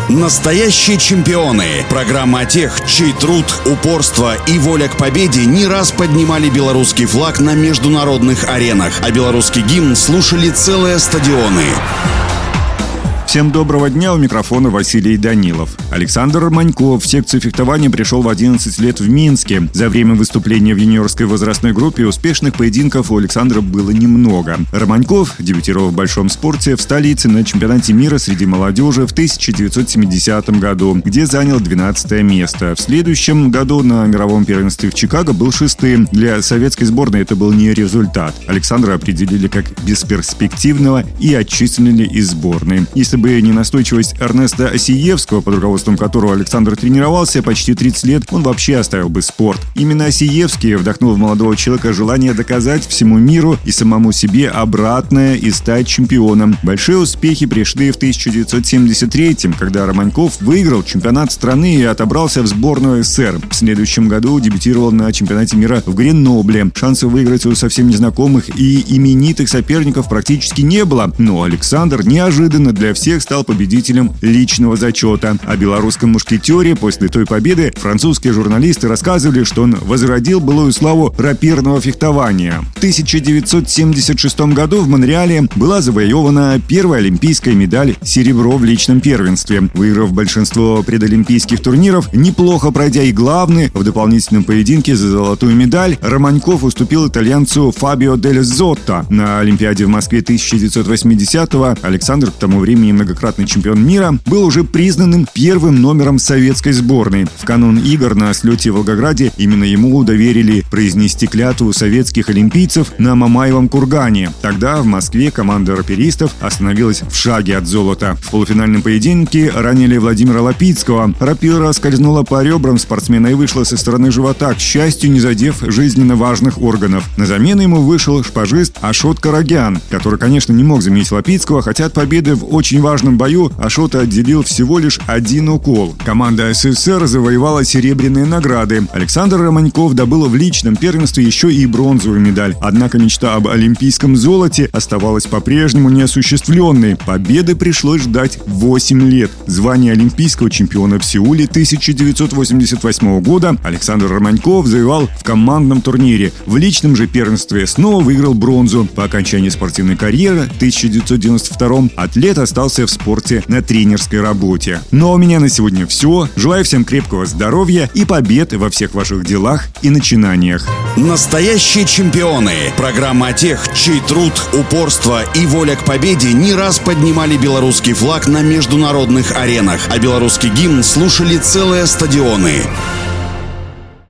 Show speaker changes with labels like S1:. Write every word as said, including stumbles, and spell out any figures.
S1: Настоящие чемпионы. Программа о тех, чей труд, упорство и воля к победе не раз поднимали белорусский флаг на международных аренах, а белорусский гимн слушали целые стадионы.
S2: Всем доброго дня, у микрофона Василий Данилов. Александр Романьков в секцию фехтования пришел в одиннадцать лет в Минске. За время выступления в юниорской возрастной группе успешных поединков у Александра было немного. Романьков дебютировал в большом спорте в столице на чемпионате мира среди молодежи в тысяча девятьсот семидесятом году, где занял двенадцатое место. В следующем году на мировом первенстве в Чикаго был шестым. Для советской сборной это был не результат. Александра определили как бесперспективного и отчислили из сборной. Если бы не настойчивость Эрнеста Осиевского, под руководством которого Александр тренировался почти тридцать лет, он вообще оставил бы спорт. Именно Осиевский вдохнул в молодого человека желание доказать всему миру и самому себе обратное и стать чемпионом. Большие успехи пришли в тысяча девятьсот семьдесят третьем, когда Романьков выиграл чемпионат страны и отобрался в сборную СССР. В следующем году дебютировал на чемпионате мира в Гренобле. Шансов выиграть у совсем незнакомых и именитых соперников практически не было, но Александр неожиданно для всех стал победителем личного зачета. О белорусском мушкетере после той победы французские журналисты рассказывали, что он возродил былую славу рапирного фехтования. В тысяча девятьсот семьдесят шестом году в Монреале была завоевана первая олимпийская медаль серебро в личном первенстве. Выиграв большинство предолимпийских турниров, неплохо пройдя и главный в дополнительном поединке за золотую медаль, Романьков уступил итальянцу Фабио Дель Зотто. На Олимпиаде в Москве тысяча девятьсот восьмидесятого Александр, к тому времени многократный чемпион мира, был уже признанным первым номером советской сборной. В канун игр на слете в Волгограде именно ему доверили произнести клятву советских олимпийцев на Мамаевом кургане. Тогда в Москве команда раперистов остановилась в шаге от золота. В полуфинальном поединке ранили Владимира Лапицкого. Рапира скользнула по ребрам спортсмена и вышла со стороны живота, к счастью, не задев жизненно важных органов. На замену ему вышел шпажист Ашот Карагян, который, конечно, не мог заменить Лапицкого, хотя от победы в очень важном В важном бою Ашота отделил всего лишь один укол. Команда СССР завоевала серебряные награды. Александр Романьков добыл в личном первенстве еще и бронзовую медаль. Однако мечта об олимпийском золоте оставалась по-прежнему неосуществленной. Победы пришлось ждать восемь лет. Звание олимпийского чемпиона в Сеуле тысяча девятьсот восемьдесят восьмого года Александр Романьков завоевал в командном турнире. В личном же первенстве снова выиграл бронзу. По окончании спортивной карьеры в тысяча девятьсот девяносто втором атлет остался в спорте на тренерской работе. Ну а у меня на сегодня все. Желаю всем крепкого здоровья и побед во всех ваших делах и начинаниях.
S1: Настоящие чемпионы. Программа о тех, чей труд, упорство и воля к победе не раз поднимали белорусский флаг на международных аренах, а белорусский гимн слушали целые стадионы.